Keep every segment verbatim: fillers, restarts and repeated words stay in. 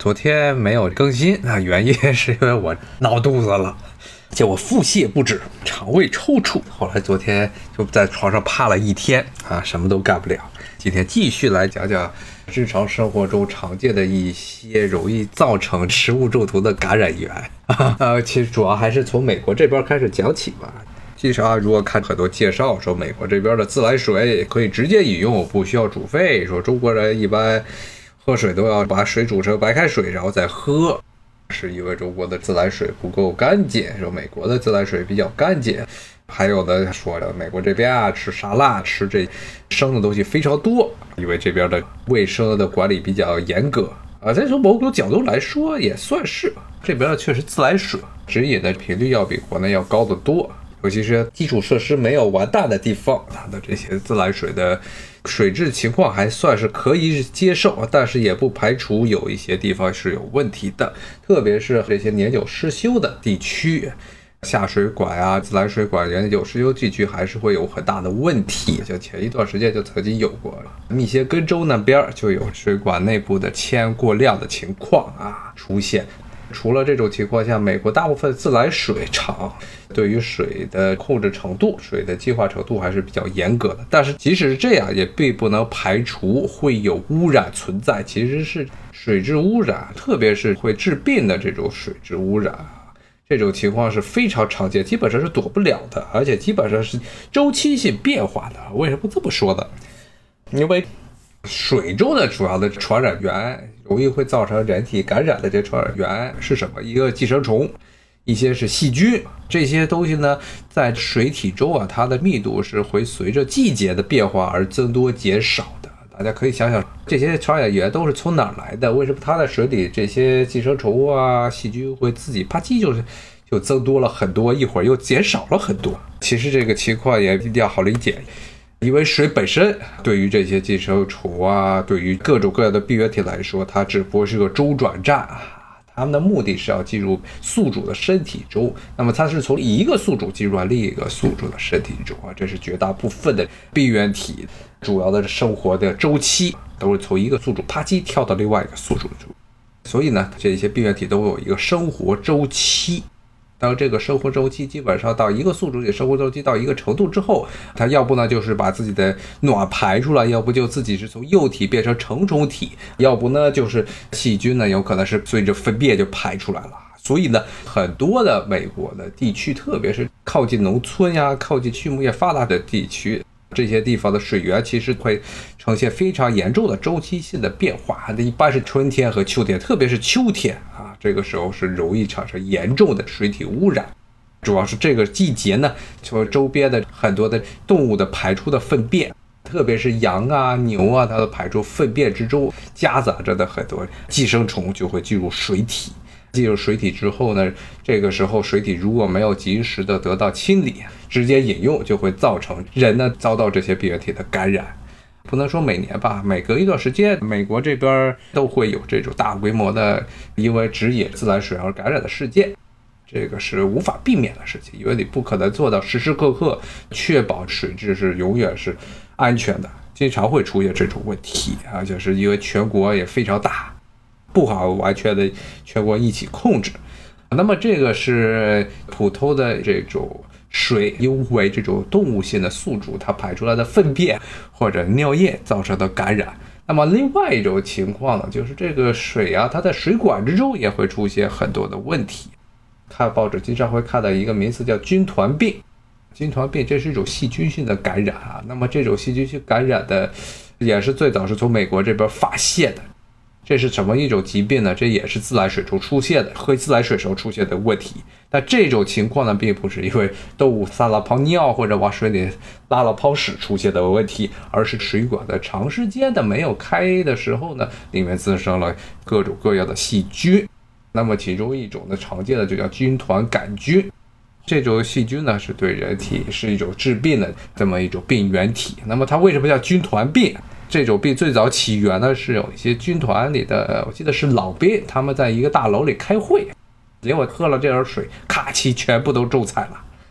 昨天没有更新啊，原因是因为我闹肚子了，结果腹泻不止，肠胃抽搐。后来昨天就在床上趴了一天啊，什么都干不了。今天继续来讲讲日常生活中常见的一些容易造成食物中毒的感染源啊，呃，其实主要还是从美国这边开始讲起吧。其实啊，如果看很多介绍说美国这边的自来水可以直接饮用，不需要煮沸，说中国人一般喝水都要把水煮成白开水然后再喝，是因为中国的自来水不够干净，说美国的自来水比较干净。还有的说的美国这边啊，吃沙拉吃这生的东西非常多，因为这边的卫生的管理比较严格啊。再从某种角度来说也算是，这边确实自来水直饮的频率要比国内要高得多，尤其是基础设施没有完蛋的地方，它的这些自来水的水质情况还算是可以接受，但是也不排除有一些地方是有问题的，特别是这些年久失修的地区，下水管啊、自来水管年久失修地区还是会有很大的问题。就前一段时间就曾经有过密歇根州那边就有水管内部的铅过量的情况啊出现。除了这种情况下，美国大部分自来水厂对于水的控制程度、水的净化程度还是比较严格的。但是即使是这样，也并不能排除会有污染存在。其实是水质污染，特别是会致病的这种水质污染，这种情况是非常常见，基本上是躲不了的，而且基本上是周期性变化的。为什么这么说呢？因为水中的主要的传染源容易会造成人体感染的这传染源是什么？一个寄生虫，一些是细菌。这些东西呢，在水体中啊，它的密度是会随着季节的变化而增多减少的。大家可以想想，这些传染源都是从哪儿来的？为什么它在水里这些寄生虫啊、细菌会自己啪叽就是就增多了很多，一会儿又减少了很多？其实这个情况也一定要好理解。因为水本身对于这些寄生虫啊，对于各种各样的病原体来说，它只不过是个中转站啊，它们的目的是要进入宿主的身体中，那么它是从一个宿主进入另一个宿主的身体中啊，这是绝大部分的病原体主要的生活的周期都是从一个宿主啪叽跳到另外一个宿主中，所以呢，这些病原体都有一个生活周期。当这个生活周期基本上到一个宿主里生活周期到一个程度之后，它要不呢就是把自己的卵排出来，要不就自己是从幼体变成成虫体，要不呢就是细菌呢有可能是随着粪便就排出来了。所以呢，很多的美国的地区，特别是靠近农村呀、靠近畜牧业发达的地区，这些地方的水源其实会呈现非常严重的周期性的变化，一般是春天和秋天，特别是秋天啊，这个时候是容易产生严重的水体污染。主要是这个季节呢，就周边的很多的动物的排出的粪便，特别是羊啊、牛啊，它的排出粪便之中夹杂着的很多寄生虫就会进入水体。进入水体之后呢，这个时候水体如果没有及时的得到清理，直接饮用就会造成人呢遭到这些病原体的感染。不能说每年吧，每隔一段时间，美国这边都会有这种大规模的因为直饮自来水而感染的事件。这个是无法避免的事情，因为你不可能做到时时刻刻确保水质是永远是安全的，经常会出现这种问题，而且是因为全国也非常大，不好完全的全国一起控制。那么这个是普通的这种水，因为这种动物性的宿主它排出来的粪便或者尿液造成的感染。那么另外一种情况呢，就是这个水啊，它在水管之中也会出现很多的问题。看报纸经常会看到一个名词叫军团病。军团病这是一种细菌性的感染啊。那么这种细菌性感染的也是最早是从美国这边发现的。这是什么一种疾病呢？这也是自来水中出现的，喝自来水时候出现的问题。但这种情况呢，并不是因为动物撒了泡尿或者往水里拉了泡屎出现的问题，而是水管的长时间的没有开的时候呢，里面滋生了各种各样的细菌。那么其中一种的常见的就叫军团杆菌。这种细菌呢，是对人体是一种致病的这么一种病原体。那么它为什么叫军团病？这种病最早起源呢，是有一些军团里的，我记得是老兵，他们在一个大楼里开会，结果喝了这点水，咔嚓全部都中彩了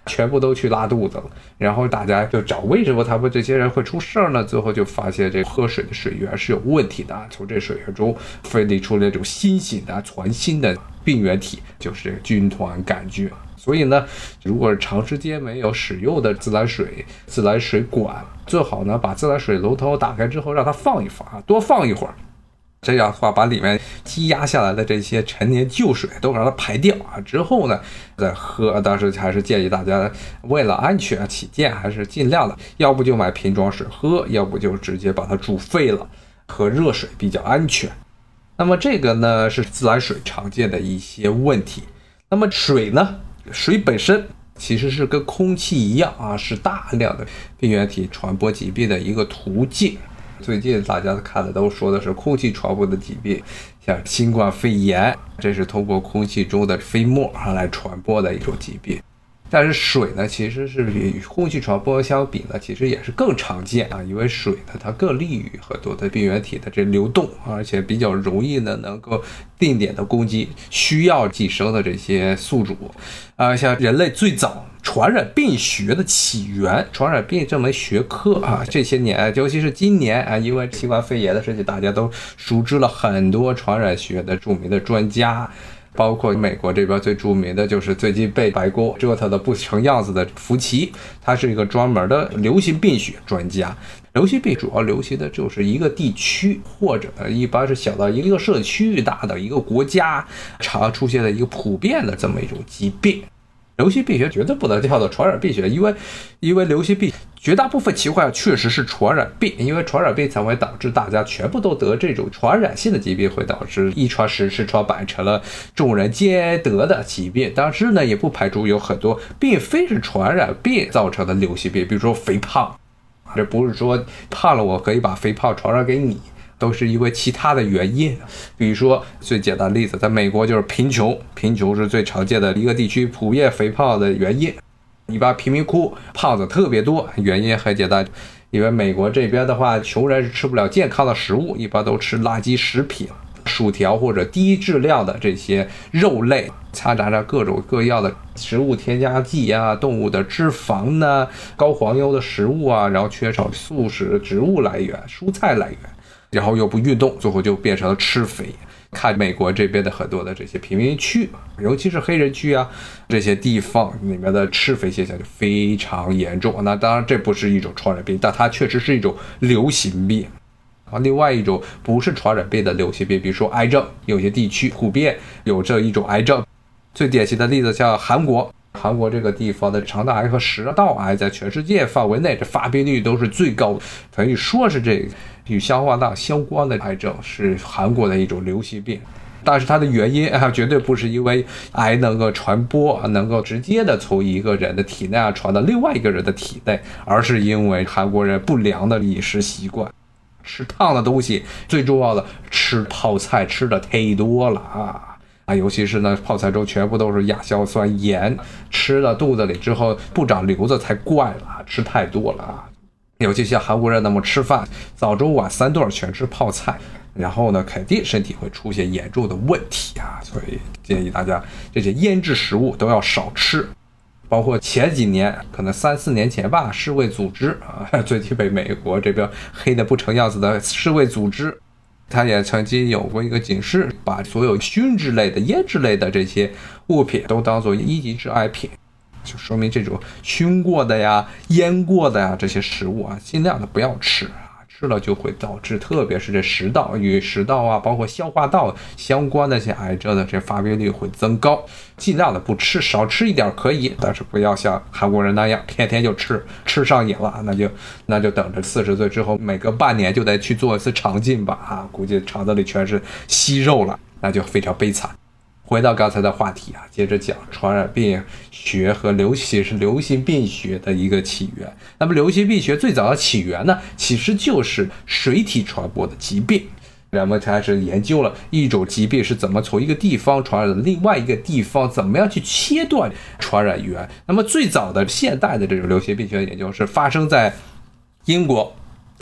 全部都去拉肚子了。然后大家就找为什么他们这些人会出事儿呢？最后就发现这喝水的水源是有问题的，从这水源中分离出了这种新型的全新的病原体，就是这个军团杆菌。所以呢，如果是长时间没有使用的自来水自来水管，最好呢把自来水龙头打开之后让它放一放啊，多放一会儿。这样的话，把里面积压下来的这些陈年旧水都让它排掉啊，之后呢再喝。当时还是建议大家为了安全起见，还是尽量的，要不就买瓶装水喝，要不就直接把它煮沸了，喝热水比较安全。那么这个呢是自来水常见的一些问题。那么水呢，水本身其实是跟空气一样啊，是大量的病原体传播疾病的一个途径。最近大家看的都说的是空气传播的疾病，像新冠肺炎，这是通过空气中的飞沫来传播的一种疾病。但是水呢，其实是与空气传播相比呢，其实也是更常见啊，因为水呢，它更利于很多的病原体的这流动，而且比较容易呢，能够定点的攻击需要寄生的这些宿主啊。像人类最早传染病学的起源，传染病这门学科啊，这些年，尤其是今年啊，因为新冠肺炎的事情，大家都熟知了很多传染学的著名的专家。包括美国这边最著名的就是最近被白宫折腾的不成样子的福奇，他是一个专门的流行病学专家。流行病主要流行的就是一个地区，或者呢一般是小到一个社区，大的一个国家常出现的一个普遍的这么一种疾病。流行病学绝对不能叫做传染病学，因为因为流行病绝大部分情况确实是传染病，因为传染病才会导致大家全部都得这种传染性的疾病，会导致一传十十传百，成了众人皆得的疾病。但是呢，也不排除有很多并非是传染病造成的流行病，比如说肥胖，这不是说胖了我可以把肥胖传染给你，都是因为其他的原因。比如说最简单的例子，在美国就是贫穷，贫穷是最常见的一个地区普遍肥胖的原因。一般贫民窟胖子特别多，原因很简单，因为美国这边的话，穷人是吃不了健康的食物，一般都吃垃圾食品，薯条或者低质量的这些肉类，掺杂着各种各样的食物添加剂啊，动物的脂肪呢，高黄油的食物啊，然后缺少素食植物来源、蔬菜来源，然后又不运动，最后就变成了吃肥。看美国这边的很多的这些贫民区，尤其是黑人区啊，这些地方里面的吃肥现象就非常严重。那当然这不是一种传染病，但它确实是一种流行病啊。另外一种不是传染病的流行病，比如说癌症，有些地区普遍有这一种癌症。最典型的例子像韩国，韩国这个地方的肠道癌和食道癌在全世界范围内这发病率都是最高的，可以说是这个与消化道相关的癌症是韩国的一种流行病。但是它的原因啊，绝对不是因为癌能够传播，能够直接的从一个人的体内啊传到另外一个人的体内，而是因为韩国人不良的饮食习惯，吃烫的东西，最重要的吃泡菜吃的太多了啊。啊，尤其是呢，泡菜中全部都是亚硝酸盐，吃了肚子里之后不长瘤子才怪了，吃太多了啊！尤其像韩国人那么吃饭，早中晚三顿全吃泡菜，然后呢，肯定身体会出现严重的问题啊！所以建议大家这些腌制食物都要少吃。包括前几年，可能三四年前吧，世卫组织啊，最近被美国这边黑的不成样子的世卫组织。他也曾经有过一个警示，把所有熏制类的、腌制类的这些物品都当作一级致癌品，就说明这种熏过的呀、腌过的呀这些食物啊，尽量的不要吃啊，吃了就会导致，特别是这食道与食道啊，包括消化道相关的这些癌症的这发病率会增高。尽量的不吃，少吃一点可以，但是不要像韩国人那样天天就吃，吃上瘾了，那就那就等着四十岁之后每隔半年就得去做一次肠镜吧啊，估计肠子里全是息肉了，那就非常悲惨。回到刚才的话题啊，接着讲传染病学和流行是流行病学的一个起源。那么流行病学最早的起源呢，其实就是水体传播的疾病。人们开始研究了一种疾病是怎么从一个地方传染到另外一个地方，怎么样去切断传染源。那么最早的现代的这种流行病学研究是发生在英国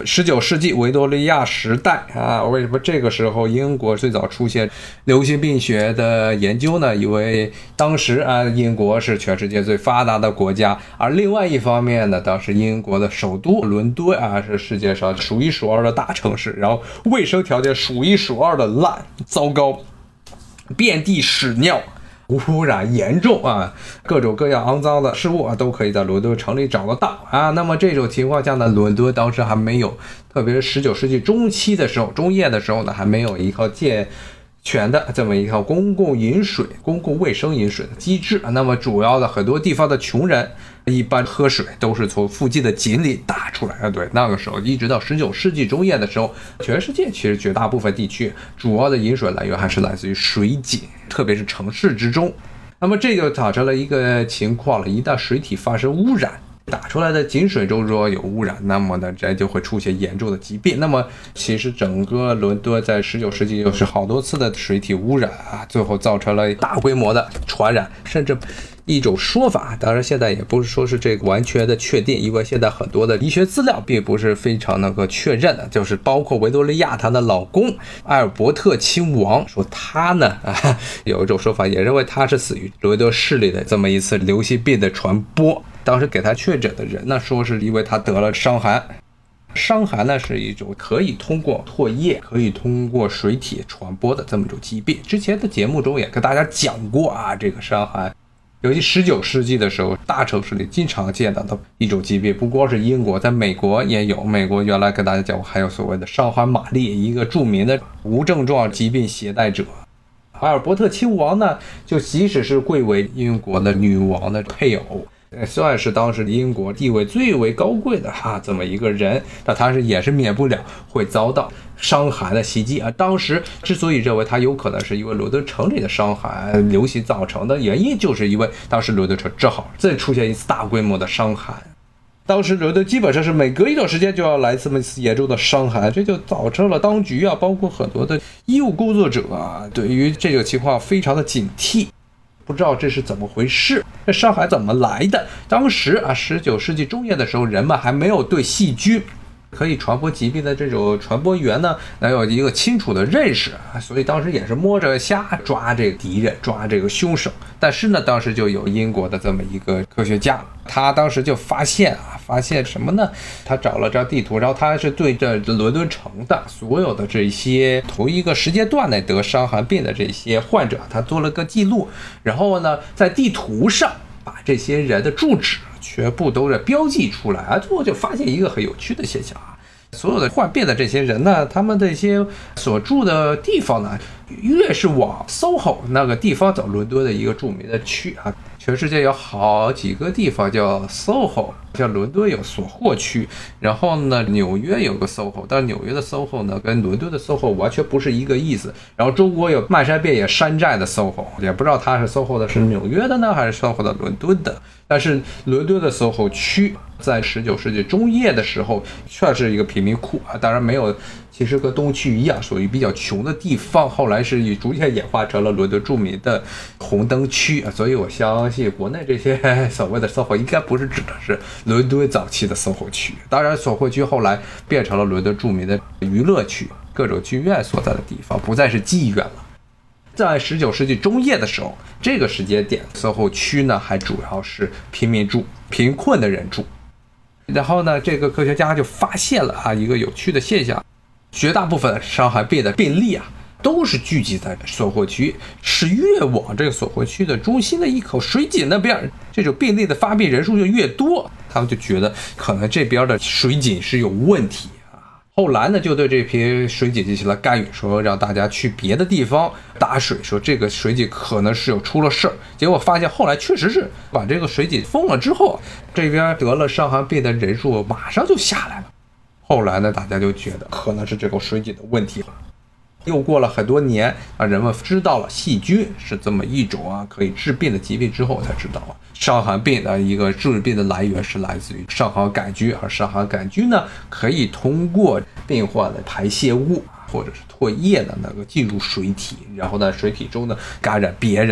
十九世纪维多利亚时代啊，为什么这个时候英国最早出现流行病学的研究呢？因为当时啊，英国是全世界最发达的国家，而另外一方面呢，当时英国的首都伦敦啊，是世界上数一数二的大城市，然后卫生条件数一数二的烂糟糕，遍地屎尿。污染严重啊，各种各样肮脏的事物啊，都可以在伦敦城里找得到啊。那么这种情况下呢，伦敦当时还没有，特别是十九世纪中期的时候，中叶的时候呢，还没有一套健全的这么一套公共饮水、公共卫生饮水的机制。那么主要的很多地方的穷人一般喝水都是从附近的井里打出来的。对，那个时候一直到十九世纪中叶的时候，全世界其实绝大部分地区主要的饮水来源还是来自于水井，特别是城市之中。那么这就造成了一个情况了，一旦水体发生污染，打出来的井水中如果有污染，那么呢，这就会出现严重的疾病。那么其实整个伦敦在十九世纪又是好多次的水体污染啊，最后造成了大规模的传染，甚至一种说法，当然现在也不是说是这个完全的确定，因为现在很多的医学资料并不是非常能够确认的，就是包括维多利亚她的老公艾尔伯特亲王说他呢啊，有一种说法也认为他是死于伦敦市里的这么一次流行病的传播。当时给他确诊的人呢，说是因为他得了伤寒。伤寒呢是一种可以通过唾液、可以通过水体传播的这么一种疾病。之前的节目中也跟大家讲过啊，这个伤寒，尤其十九世纪的时候，大城市里经常见到的一种疾病，不光是英国，在美国也有。美国原来跟大家讲过，还有所谓的伤寒玛丽，一个著名的无症状疾病携带者。阿尔伯特亲王呢，就即使是贵为英国的女王的配偶，算是当时英国地位最为高贵的哈、啊、这么一个人，那他是也是免不了会遭到伤寒的袭击啊。当时之所以认为他有可能是因为伦敦城里的伤寒流行造成的原因，就是因为当时伦敦城正好再出现一次大规模的伤寒。当时伦敦基本上是每隔一段时间就要来这么一次严重的伤寒，这就造成了当局啊，包括很多的医务工作者啊，对于这个情况非常的警惕。不知道这是怎么回事，这伤寒怎么来的？当时啊，十九世纪中叶的时候，人们还没有对细菌可以传播疾病的这种传播源呢，能有一个清楚的认识啊，所以当时也是摸着瞎抓这个敌人，抓这个凶手。但是呢，当时就有英国的这么一个科学家，他当时就发现啊，发现什么呢？他找了张地图，然后他是对这伦敦城的所有的这些同一个时间段内得伤寒病的这些患者，他做了个记录，然后呢，在地图上把这些人的住址全部都是标记出来啊，最后就发现一个很有趣的现象啊，所有的患病的这些人呢，他们这些所住的地方呢，越是往 S O H O 那个地方走，伦敦的一个著名的区啊，全世界有好几个地方叫 S O H O， 像伦敦有索霍区，然后呢，纽约有个 S O H O， 但是纽约的 S O H O 呢，跟伦敦的 S O H O 完全不是一个意思。然后中国有漫山遍野山寨的 S O H O， 也不知道它是 S O H O 的是纽约的呢，还是 S O H O 的伦敦的。但是伦敦的 S O H O 区在十九世纪中叶的时候，确实是一个贫民窟啊，当然没有，其实跟东区一样，属于比较穷的地方。后来是逐渐演化成了伦敦著名的红灯区啊，所以我相信国内这些所谓的 S O H O 应该不是指的是伦敦早期的 S O H O 区。当然，S O H O 区后来变成了伦敦著名的娱乐区，各种剧院所在的地方，不再是妓院了。在十九世纪中叶的时候，这个时间点 S O H O 区呢还主要是平民住，贫困的人住。然后呢，这个科学家就发现了啊一个有趣的现象，绝大部分伤寒病的病例啊都是聚集在索霍区，是越往这个索霍区的中心的一口水井那边，这种病例的发病人数就越多，他们就觉得可能这边的水井是有问题。后来呢，就对这批水井进行了干预，说让大家去别的地方打水，说这个水井可能是有出了事儿。结果发现后来确实是把这个水井封了之后，这边得了伤寒病的人数马上就下来了。后来呢，大家就觉得可能是这个水井的问题。又过了很多年啊，人们知道了细菌是这么一种啊可以治病的疾病之后，才知道啊伤寒病的一个治病的来源是来自于伤寒杆菌，而伤寒杆菌呢可以通过病患的排泄物或者是唾液的那个进入水体，然后在水体中呢感染别人。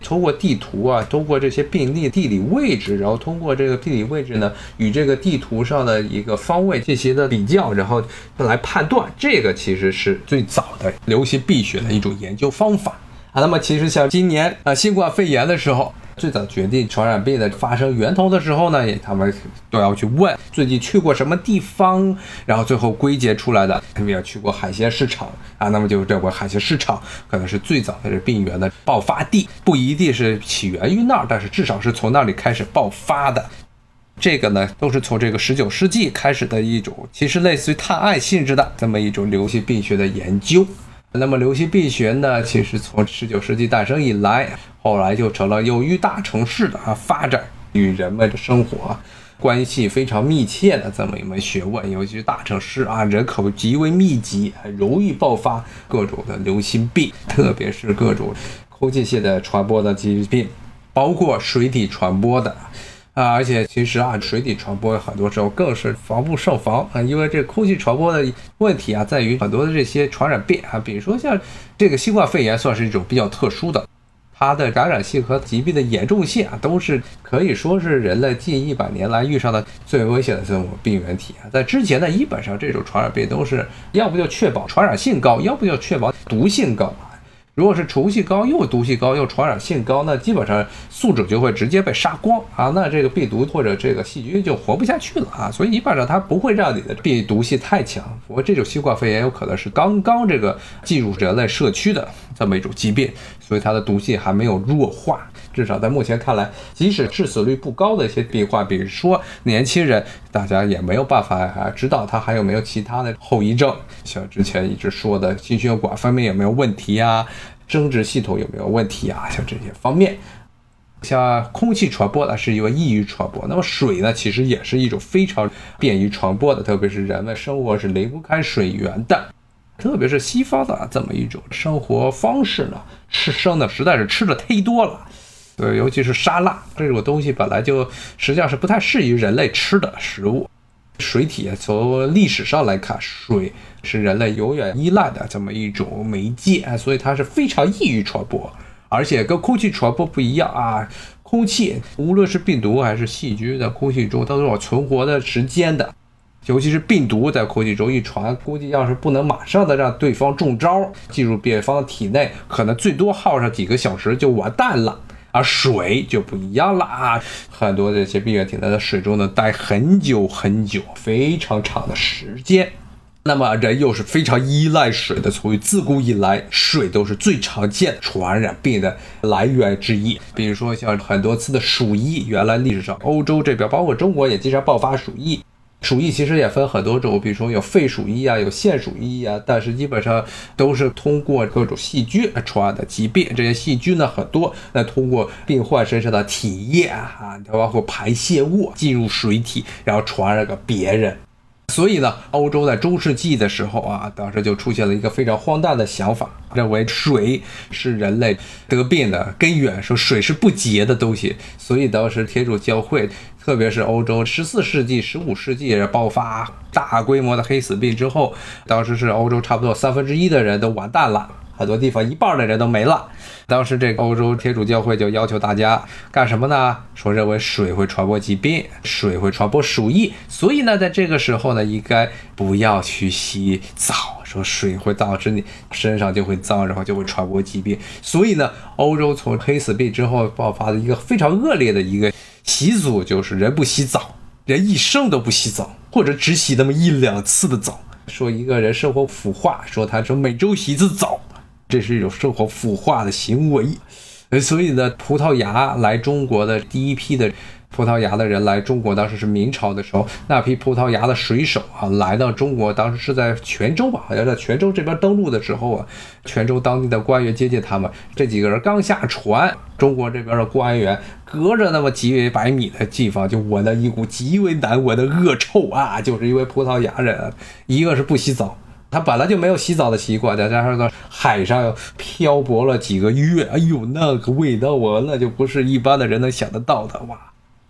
通过地图啊，通过这些病例地理位置，然后通过这个地理位置呢，与这个地图上的一个方位进行的比较，然后来判断，这个其实是最早的流行病学的一种研究方法啊。那么其实像今年啊新冠肺炎的时候，最早决定传染病的发生源头的时候呢，也他们都要去问最近去过什么地方，然后最后归结出来的，他们要去过海鲜市场啊，那么就认为海鲜市场可能是最早的这病源的爆发地，不一定是起源于那儿，但是至少是从那里开始爆发的。这个呢，都是从这个十九世纪开始的一种，其实类似于探案性质的这么一种流行病学的研究。那么流行病学呢，其实从十九世纪诞生以来，后来就成了由于大城市的啊发展与人们的生活关系非常密切的这么一门学问。尤其是大城市啊，人口极为密集，很容易爆发各种的流行病，特别是各种空气性的传播的疾病，包括水体传播的。啊，而且其实啊，水体传播很多时候更是防不胜防啊，因为这空气传播的问题啊，在于很多的这些传染病啊，比如说像这个新冠肺炎算是一种比较特殊的，它的感染性和疾病的严重性啊，都是可以说是人类近一百年来遇上的最危险的这种病原体啊。在之前呢，基本上这种传染病都是要不就确保传染性高，要不就确保毒性高。如果是虫性高又毒性高又传染性高，那基本上宿主就会直接被杀光啊，那这个病毒或者这个细菌就活不下去了啊，所以基本上它不会让你的病毒性太强。不过这种新冠肺炎有可能是刚刚这个进入人类社区的这么一种疾病，所以它的毒性还没有弱化。至少在目前看来，即使致死率不高的一些病患，比如说年轻人，大家也没有办法啊知道他还有没有其他的后遗症，像之前一直说的心血管方面有没有问题啊，生殖系统有没有问题啊，像这些方面。像空气传播呢是因为易于传播，那么水呢其实也是一种非常便于传播的，特别是人们生活是离不开水源的。特别是西方的这么一种生活方式呢，吃生的实在是吃的忒多了，对，尤其是沙拉这种东西本来就实际上是不太适宜人类吃的食物。水体从历史上来看，水是人类永远依赖的这么一种媒介，所以它是非常易于传播，而且跟空气传播不一样啊。空气无论是病毒还是细菌，在空气中都是有存活的时间的。尤其是病毒在空气中一传，估计要是不能马上的让对方中招进入对方的体内，可能最多耗上几个小时就完蛋了。而水就不一样了啊，很多这些病原体在水中呢待很久很久，非常长的时间。那么人又是非常依赖水的，所以自古以来水都是最常见的传染病的来源之一。比如说像很多次的鼠疫，原来历史上欧洲这边包括中国也经常爆发鼠疫。鼠疫其实也分很多种，比如说有肺鼠疫啊，有腺鼠疫啊，但是基本上都是通过各种细菌传染的疾病。这些细菌呢很多，那通过病患身上的体液啊，包括排泄物进入水体，然后传染给别人。所以呢，欧洲在中世纪的时候啊，当时就出现了一个非常荒诞的想法，认为水是人类得病的根源，说水是不洁的东西。所以当时天主教会，特别是欧洲十四世纪、十五世纪爆发大规模的黑死病之后，当时是欧洲差不多三分之一的人都完蛋了，很多地方一半的人都没了。当时这个欧洲天主教会就要求大家干什么呢？说认为水会传播疾病，水会传播鼠疫，所以呢，在这个时候呢，应该不要去洗澡，说水会导致你身上就会脏，然后就会传播疾病。所以呢，欧洲从黑死病之后爆发的一个非常恶劣的一个习俗，就是人不洗澡，人一生都不洗澡，或者只洗那么一两次的澡。说一个人生活腐化，说他说每周洗一次澡，这是一种生活腐化的行为。所以呢，葡萄牙来中国的第一批的葡萄牙的人来中国，当时是明朝的时候，那批葡萄牙的水手啊来到中国，当时是在泉州吧，好像在泉州这边登陆的时候啊，泉州当地的官员接见他们，这几个人刚下船，中国这边的官员隔着那么几百米的地方就闻到一股极为难闻的恶臭啊，就是因为葡萄牙人一个是不洗澡，他本来就没有洗澡的习惯，再加上在海上漂泊了几个月，哎呦，那个味道啊，那就不是一般的人能想得到的哇！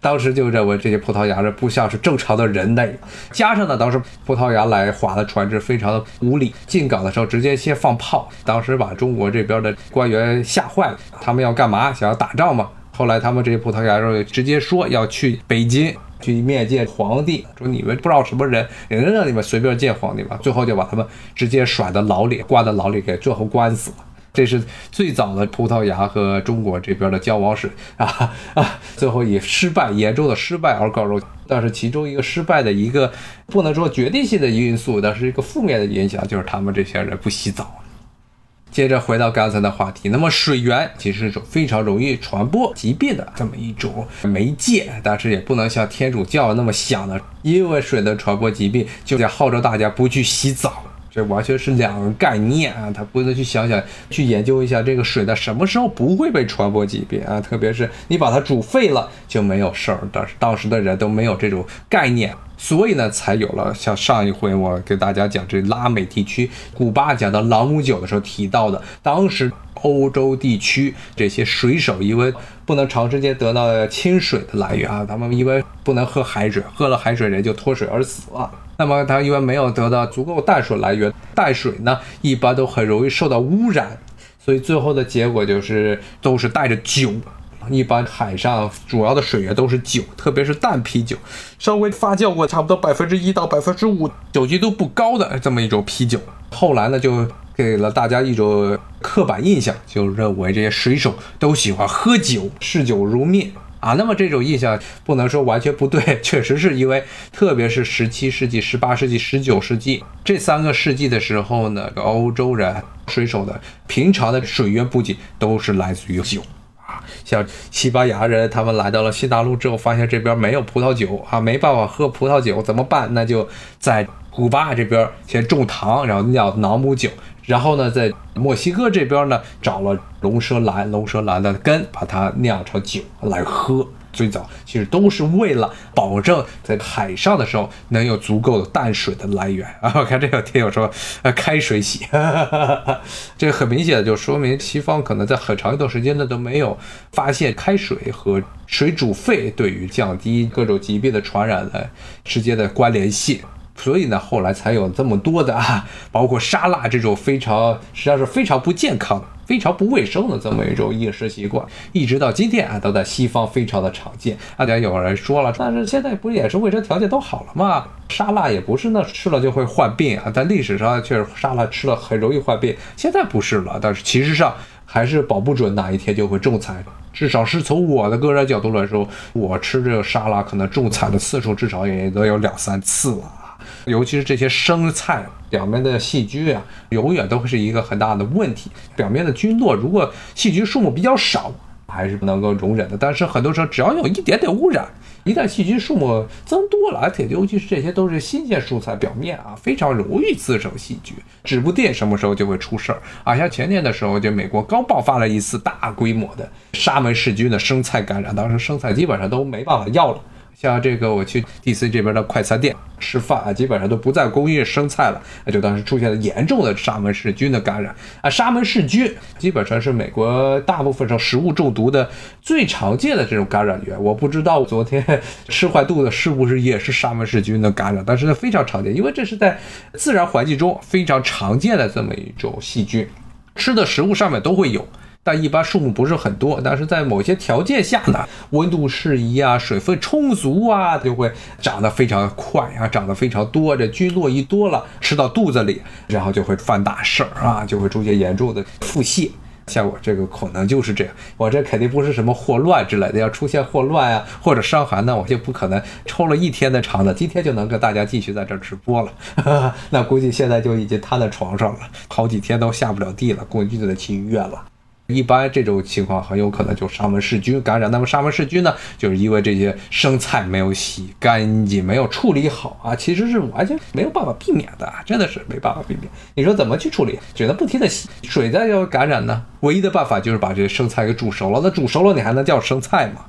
当时就认为这些葡萄牙人不像是正常的人类，加上呢，当时葡萄牙来划的船只非常的无理，进港的时候直接先放炮，当时把中国这边的官员吓坏了。他们要干嘛？想要打仗嘛。后来他们这些葡萄牙人直接说要去北京去面见皇帝，说你们不知道什么人，人家让你们随便见皇帝嘛。最后就把他们直接甩到牢里，关到牢里，给最后关死了。这是最早的葡萄牙和中国这边的交往史啊啊！最后以失败，严重的失败而告终。但是其中一个失败的一个不能说决定性的因素，但是一个负面的影响就是他们这些人不洗澡。接着回到刚才的话题，那么水源其实是一种非常容易传播疾病的这么一种媒介，但是也不能像天主教那么想的，因为水能传播疾病，就得号召大家不去洗澡。这完全是两个概念啊，他不能去想想去研究一下这个水在什么时候不会被传播疾病啊，特别是你把它煮沸了就没有事儿，但是当时的人都没有这种概念，所以呢才有了像上一回我给大家讲这拉美地区古巴讲到朗姆酒的时候提到的，当时欧洲地区这些水手因为不能长时间得到清水的来源啊，他们因为不能喝海水，喝了海水人就脱水而死了。那么它因为没有得到足够淡水来源，淡水呢一般都很容易受到污染，所以最后的结果就是都是带着酒。一般海上主要的水源都是酒，特别是淡啤酒，稍微发酵过差不多百分之一到百分之五，酒精度不高的这么一种啤酒。后来呢，就给了大家一种刻板印象，就认为这些水手都喜欢喝酒，嗜酒如命。啊，那么这种印象不能说完全不对，确实是因为特别是十七世纪、十八世纪、十九世纪这三个世纪的时候呢，欧洲人水手的平常的水源补给都是来自于酒啊。像西班牙人他们来到了新大陆之后，发现这边没有葡萄酒啊，没办法喝葡萄酒怎么办？那就在古巴这边先种糖，然后酿朗姆酒。然后呢，在墨西哥这边呢，找了龙舌兰，龙舌兰的根，把它酿成酒来喝。最早其实都是为了保证在海上的时候能有足够的淡水的来源啊！我看这个听友说，呃，开水洗，哈哈哈，这个很明显的就说明西方可能在很长一段时间呢都没有发现开水和水煮沸对于降低各种疾病的传染的之间的关联性。所以呢，后来才有这么多的啊，包括沙拉这种非常实际上是非常不健康、非常不卫生的这么一种饮食习惯，一直到今天啊，都在西方非常的常见。大家有人说了，但是现在不也是卫生条件都好了吗？沙拉也不是那吃了就会患病啊，但历史上确实沙拉吃了很容易患病，现在不是了。但是其实上还是保不准哪一天就会中彩。至少是从我的个人角度来说，我吃这个沙拉可能中彩的次数至少也都有两三次了。尤其是这些生菜表面的细菌啊，永远都会是一个很大的问题。表面的菌落如果细菌数目比较少，还是能够容忍的，但是很多时候只要有一点点污染，一旦细菌数目增多了，而且尤其是这些都是新鲜蔬菜，表面啊非常容易滋生细菌，指不定什么时候就会出事儿啊。像前年的时候，就美国刚爆发了一次大规模的沙门氏菌的生菜感染，当时生菜基本上都没办法要了。像这个我去 D C 这边的快餐店吃饭啊，基本上都不再供应生菜了，就当时出现了严重的沙门氏菌的感染啊。沙门氏菌基本上是美国大部分上食物中毒的最常见的这种感染源。我不知道昨天吃坏肚子是不是也是沙门氏菌的感染，但是非常常见，因为这是在自然环境中非常常见的这么一种细菌，吃的食物上面都会有。但一般数目不是很多，但是在某些条件下呢，温度适宜啊，水分充足啊，就会长得非常快啊，长得非常多，这菌落一多了，吃到肚子里，然后就会犯大事儿啊，就会出现严重的腹泻。像我这个可能就是这样，我这肯定不是什么霍乱之类的，要出现霍乱啊或者伤寒呢，我就不可能抽了一天的肠子，今天就能跟大家继续在这直播了。呵呵，那估计现在就已经瘫在床上了，好几天都下不了地了，估计就得去医院了。一般这种情况很有可能就沙门氏菌感染。那么沙门氏菌呢，就是因为这些生菜没有洗干净，没有处理好啊，其实是完全没有办法避免的，真的是没办法避免。你说怎么去处理？只能不停的洗，水再要感染呢，唯一的办法就是把这些生菜给煮熟了。那煮熟了你还能叫生菜吗？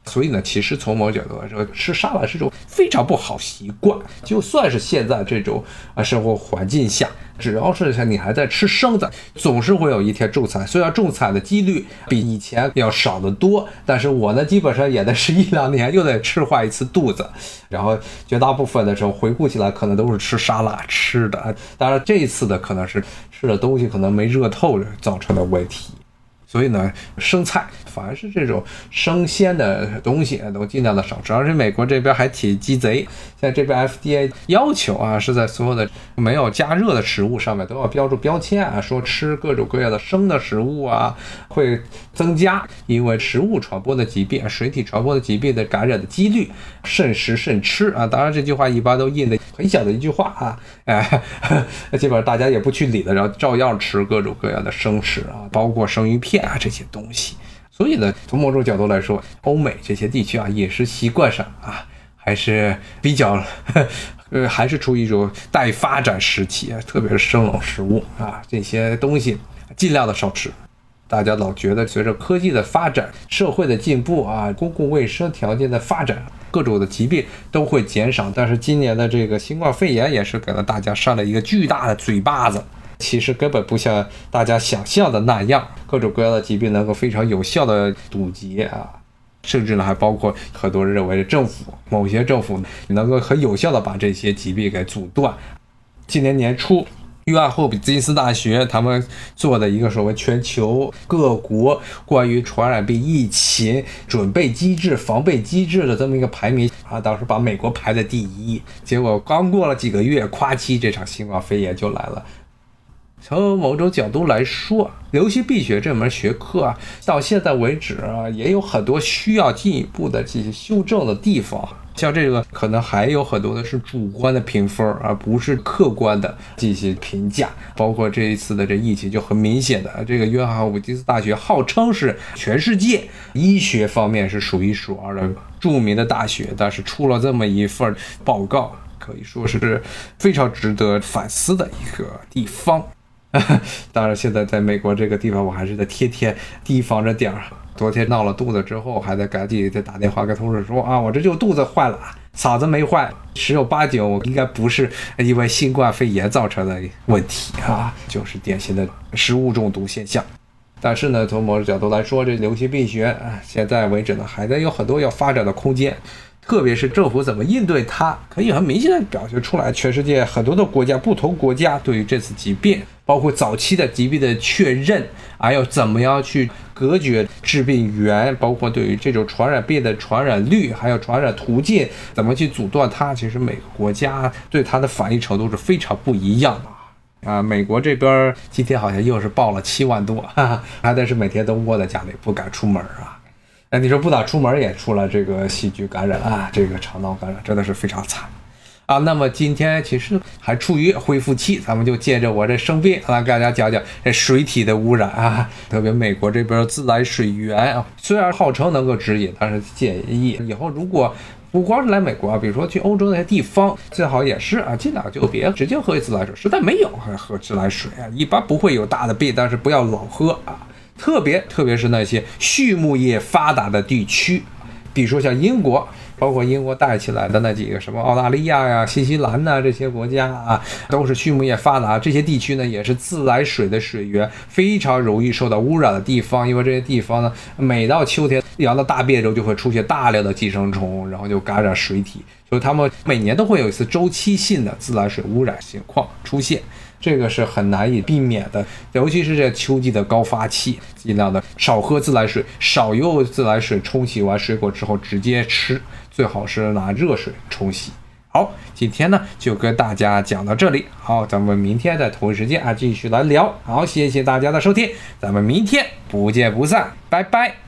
所以呢，其实从某种角度来说，吃沙拉是种非常不好习惯。就算是现在这种啊生活环境下，只要是你还在吃生的，总是会有一天中餐。虽然中餐的几率比以前要少得多，但是我呢，基本上也得是一两年就得吃坏一次肚子。然后绝大部分的时候回顾起来，可能都是吃沙拉吃的。当然这一次的可能是吃的东西可能没热透造成的问题。所以呢，生菜反而是这种生鲜的东西都尽量的少吃。而且美国这边还挺鸡贼，现在这边 F D A 要求啊，是在所有的没有加热的食物上面都要标注标签啊，说吃各种各样的生的食物啊，会增加因为食物传播的疾病、水体传播的疾病的感染的几率，慎食慎吃啊。当然这句话一般都印的很小的一句话啊，哎，基本上大家也不去理的，然后照样吃各种各样的生食啊，包括生鱼片啊这些东西。所以呢，从某种角度来说，欧美这些地区啊，饮食习惯上啊，还是比较呃，还是处于一种待发展时期啊，特别是生冷食物啊这些东西尽量的少吃。大家老觉得随着科技的发展、社会的进步啊，公共卫生条件的发展，各种的疾病都会减少。但是今年的这个新冠肺炎也是给了大家上了一个巨大的嘴巴子。其实根本不像大家想象的那样，各种各样的疾病能够非常有效的堵截啊，甚至呢还包括很多人认为政府某些政府能够很有效的把这些疾病给阻断。今年年初，约翰霍普金斯大学他们做的一个所谓全球各国关于传染病疫情准备机制、防备机制的这么一个排名啊，当时把美国排在第一，结果刚过了几个月，夸叽这场新冠肺炎就来了。从某种角度来说，流行病学这门学科啊，到现在为止啊，也有很多需要进一步的这些修正的地方。像这个可能还有很多的是主观的评分，而不是客观的进行评价。包括这一次的这疫情就很明显的，这个约翰霍普金斯大学号称是全世界医学方面是数一数二的著名的大学，但是出了这么一份报告，可以说是非常值得反思的一个地方。当然现在在美国这个地方，我还是得天天提防着点儿。昨天闹了肚子之后，还得赶紧再打电话跟同事说啊，我这就肚子坏了，嗓子没坏，十有八九我应该不是因为新冠肺炎造成的问题啊，就是典型的食物中毒现象。但是呢，从某种角度来说，这流行病学啊，现在为止呢，还得有很多要发展的空间。特别是政府怎么应对它，可以很明显的表现出来。全世界很多的国家，不同国家对于这次疾病，包括早期的疾病的确认，还有怎么样去隔绝致病源，包括对于这种传染病的传染率，还有传染途径，怎么去阻断它，其实每个国家对它的反应程度是非常不一样的。啊，美国这边今天好像又是报了七万多，哈哈，还得是每天都窝在家里不敢出门啊。哎，你说不打出门也出了这个细菌感染啊，这个肠道感染真的是非常惨啊。那么今天其实还处于恢复期，咱们就借着我这生病来跟大家讲讲这水体的污染啊，特别美国这边自来水源啊，虽然号称能够直饮，但是建议以后如果不光是来美国啊，比如说去欧洲那些地方，最好也是啊，尽量就别直接喝自来水，实在没有喝自来水啊，一般不会有大的病，但是不要老喝啊。特别特别是那些畜牧业发达的地区，比如说像英国，包括英国带起来的那几个什么澳大利亚呀、新西兰呐这些国家啊，都是畜牧业发达。这些地区呢，也是自来水的水源非常容易受到污染的地方，因为这些地方呢，每到秋天羊的大便中就会出现大量的寄生虫，然后就感染水体，所以他们每年都会有一次周期性的自来水污染情况出现。这个是很难以避免的，尤其是这秋季的高发期，尽量的少喝自来水，少用自来水冲洗完水果之后直接吃，最好是拿热水冲洗。好，今天呢就跟大家讲到这里，好，咱们明天在同一时间啊继续来聊。好，谢谢大家的收听，咱们明天不见不散，拜拜。